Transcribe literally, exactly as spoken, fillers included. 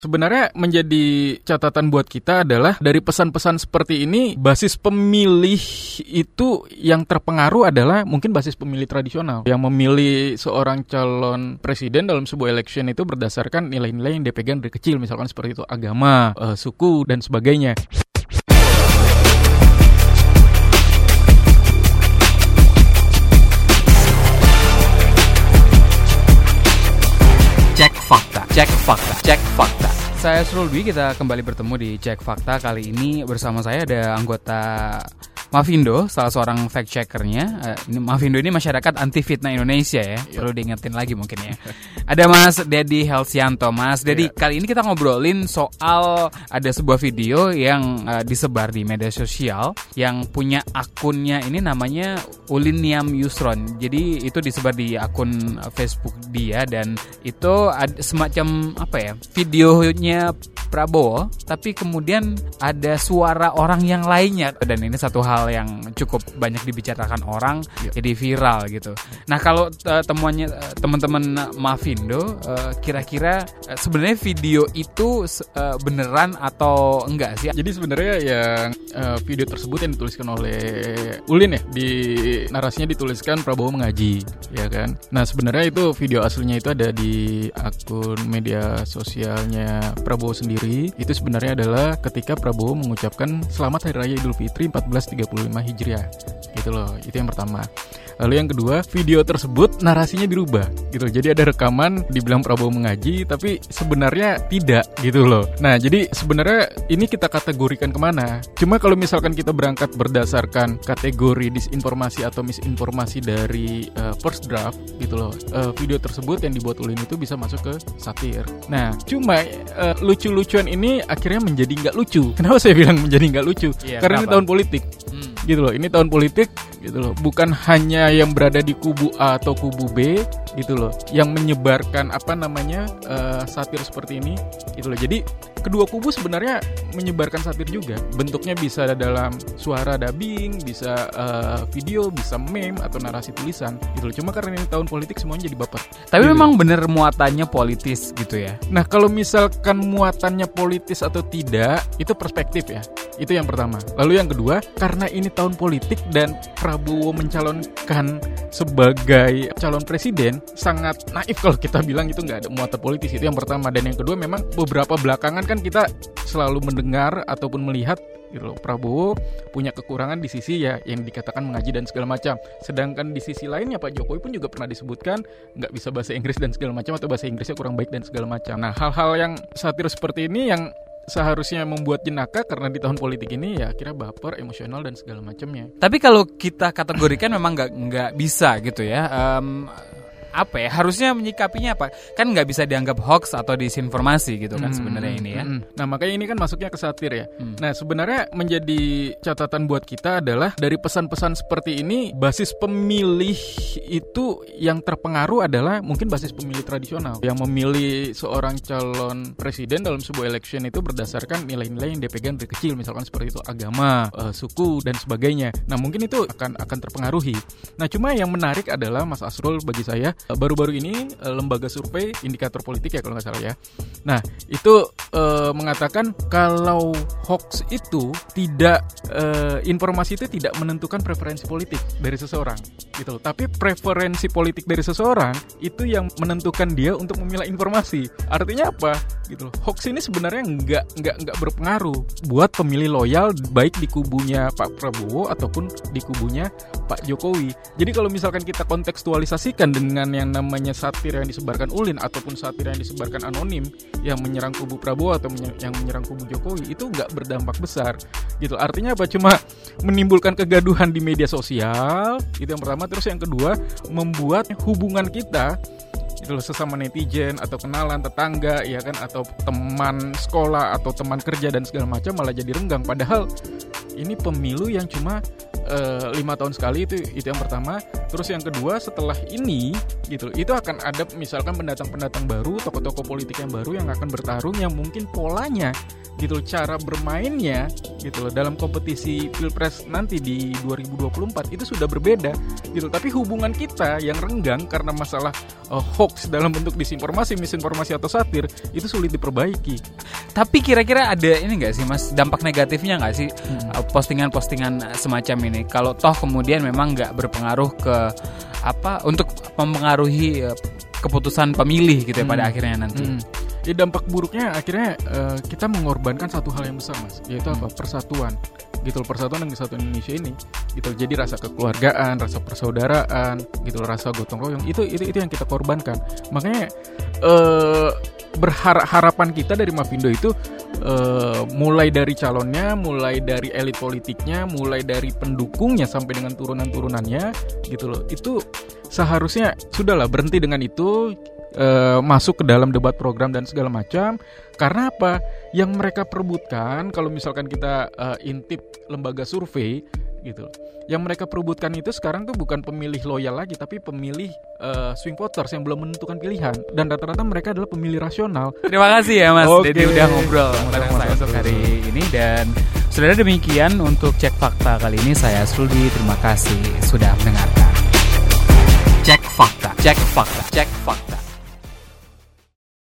Sebenarnya menjadi catatan buat kita adalah dari pesan-pesan seperti ini, basis pemilih itu yang terpengaruh adalah mungkin basis pemilih tradisional. Yang memilih seorang calon presiden dalam sebuah election itu berdasarkan nilai-nilai yang dipegang dari kecil, misalkan seperti itu agama, eh, suku, dan sebagainya. Cek fakta, cek fakta, cek fakta. Saya Surul Dwi, kita kembali bertemu di Cek Fakta. Kali ini bersama saya ada anggota Mavindo, salah seorang fact checkernya. Uh, ini Mavindo ini masyarakat anti fitnah Indonesia ya, yep. Perlu diingetin lagi mungkin ya. Ada Mas Dedi Helsianto. Mas Dedi, yeah. Kali ini kita ngobrolin soal ada sebuah video yang uh, disebar di media sosial yang punya akunnya ini namanya Ulin Niam Yusron. Jadi itu disebar di akun Facebook dia dan itu ada semacam apa ya, videonya Prabowo, tapi kemudian ada suara orang yang lainnya dan ini satu hal yang cukup banyak dibicarakan orang, yep. Jadi viral gitu. Nah kalau uh, temuannya uh, teman-teman Mavindo, uh, kira-kira uh, sebenarnya video itu uh, beneran atau enggak sih? Jadi sebenarnya yang uh, video tersebut yang dituliskan oleh Ulin ya, di narasinya dituliskan Prabowo mengaji, ya kan? Nah sebenarnya itu video aslinya itu ada di akun media sosialnya Prabowo sendiri. Itu sebenarnya adalah ketika Prabowo mengucapkan Selamat Hari Raya Idul Fitri empat belas tiga puluh lima Hijriah. Gitu loh, itu yang pertama. Lalu yang kedua, video tersebut narasinya dirubah gitu. Jadi ada rekaman dibilang Prabowo mengaji, tapi sebenarnya tidak gitu loh. Nah, jadi sebenarnya ini kita kategorikan kemana? Cuma kalau misalkan kita berangkat berdasarkan kategori disinformasi atau misinformasi dari uh, first draft gitu loh, uh, video tersebut yang dibuat Ulin itu bisa masuk ke satir. Nah, cuma uh, lucu-lucuan ini akhirnya menjadi nggak lucu. Kenapa saya bilang menjadi nggak lucu? Iya, karena kenapa? Ini tahun politik. Hmm. Gitu loh, ini tahun politik gitu loh. Bukan hanya yang berada di kubu A atau kubu B gitu loh yang menyebarkan apa namanya uh, satir seperti ini gitu loh. Jadi kedua kubu sebenarnya menyebarkan satir juga. Bentuknya bisa dalam suara dubbing, bisa uh, video, bisa meme atau narasi tulisan gitu loh. Cuma karena ini tahun politik semuanya jadi baper. Tapi gitu. Memang bener muatannya politis gitu ya. Nah, kalau misalkan muatannya politis atau tidak, itu perspektif ya. Itu yang pertama. Lalu yang kedua, karena ini tahun politik dan Prabowo mencalonkan sebagai calon presiden, sangat naif kalau kita bilang itu nggak ada muatan politis. Itu yang pertama. Dan yang kedua, memang beberapa belakangan kan kita selalu mendengar ataupun melihat gitu loh, Prabowo punya kekurangan di sisi ya yang dikatakan mengaji dan segala macam. Sedangkan di sisi lainnya Pak Jokowi pun juga pernah disebutkan nggak bisa bahasa Inggris dan segala macam, atau bahasa Inggrisnya kurang baik dan segala macam. Nah, hal-hal yang satir seperti ini yang seharusnya membuat jenaka karena di tahun politik ini ya kira baper, emosional dan segala macamnya. Tapi kalau kita kategorikan memang nggak nggak bisa gitu ya. Um, apa ya, harusnya menyikapinya apa? Kan nggak bisa dianggap hoax atau disinformasi gitu kan hmm, sebenarnya ini ya. Hmm. Nah makanya ini kan masuknya ke satir ya. Hmm. Nah sebenarnya menjadi catatan buat kita adalah dari pesan-pesan seperti ini, basis pemilih itu yang terpengaruh adalah mungkin basis pemilih tradisional yang memilih seorang calon presiden dalam sebuah election itu berdasarkan nilai-nilai yang dipegang dari kecil, misalkan seperti itu agama, uh, suku dan sebagainya. Nah mungkin itu akan akan terpengaruhi. Nah cuma yang menarik adalah Mas Asrul bagi saya, baru-baru ini lembaga survei indikator politik ya kalau nggak salah ya. Nah itu e, mengatakan kalau hoax itu tidak e, informasi itu tidak menentukan preferensi politik dari seseorang gitu loh. Tapi preferensi politik dari seseorang itu yang menentukan dia untuk memilah informasi. Artinya apa gitu loh. Hoax ini sebenarnya nggak nggak nggak berpengaruh buat pemilih loyal baik di kubunya Pak Prabowo ataupun di kubunya Pak Jokowi. Jadi kalau misalkan kita kontekstualisasikan dengan yang namanya satir yang disebarkan Ulin ataupun satir yang disebarkan anonim yang menyerang kubu Prabowo atau menye- yang menyerang kubu Jokowi, itu nggak berdampak besar gitu. Artinya apa? Cuma menimbulkan kegaduhan di media sosial, itu yang pertama. Terus yang kedua, membuat hubungan kita itu loh, sesama netizen atau kenalan, tetangga ya kan, atau teman sekolah atau teman kerja dan segala macam malah jadi renggang. Padahal ini pemilu yang cuma uh, lima tahun sekali, itu itu yang pertama. Terus yang kedua, setelah ini gitu, itu akan ada misalkan pendatang-pendatang baru, tokoh-tokoh politik yang baru yang akan bertarung, yang mungkin polanya gitu loh, cara bermainnya gitu loh dalam kompetisi Pilpres nanti di dua ribu dua puluh empat itu sudah berbeda gitu. Tapi hubungan kita yang renggang karena masalah uh, hoax dalam bentuk disinformasi, misinformasi atau satir itu sulit diperbaiki. Tapi kira-kira ada ini nggak sih Mas, dampak negatifnya nggak sih hmm. uh, postingan-postingan semacam ini? Kalau toh kemudian memang nggak berpengaruh ke apa untuk mempengaruhi uh, keputusan pemilih gitu ya hmm. pada akhirnya nanti. Hmm. Ya, dampak buruknya akhirnya uh, kita mengorbankan satu hal yang besar Mas, yaitu apa? Persatuan. Gitu loh, persatuan dan kesatuan Indonesia ini. Gitu loh, jadi rasa kekeluargaan, rasa persaudaraan, gitu loh, rasa gotong royong itu itu itu yang kita korbankan. Makanya uh, berharap harapan kita dari Mavindo itu uh, mulai dari calonnya, mulai dari elit politiknya, mulai dari pendukungnya sampai dengan turunan-turunannya, gitu loh. Itu seharusnya sudahlah berhenti dengan itu. Uh, masuk ke dalam debat program dan segala macam. Karena apa? Yang mereka perebutkan, kalau misalkan kita uh, intip lembaga survei gitu, yang mereka perebutkan itu sekarang tuh bukan pemilih loyal lagi, tapi pemilih uh, swing voters yang belum menentukan pilihan. Dan rata-rata mereka adalah pemilih rasional. Terima kasih ya Mas okay. Dedi udah ngobrol bareng saya untuk hari ini. Dan saudara, demikian untuk Cek Fakta kali ini. Saya Asruldi, terima kasih sudah mendengarkan. Cek Fakta, Cek Fakta, Cek Fakta.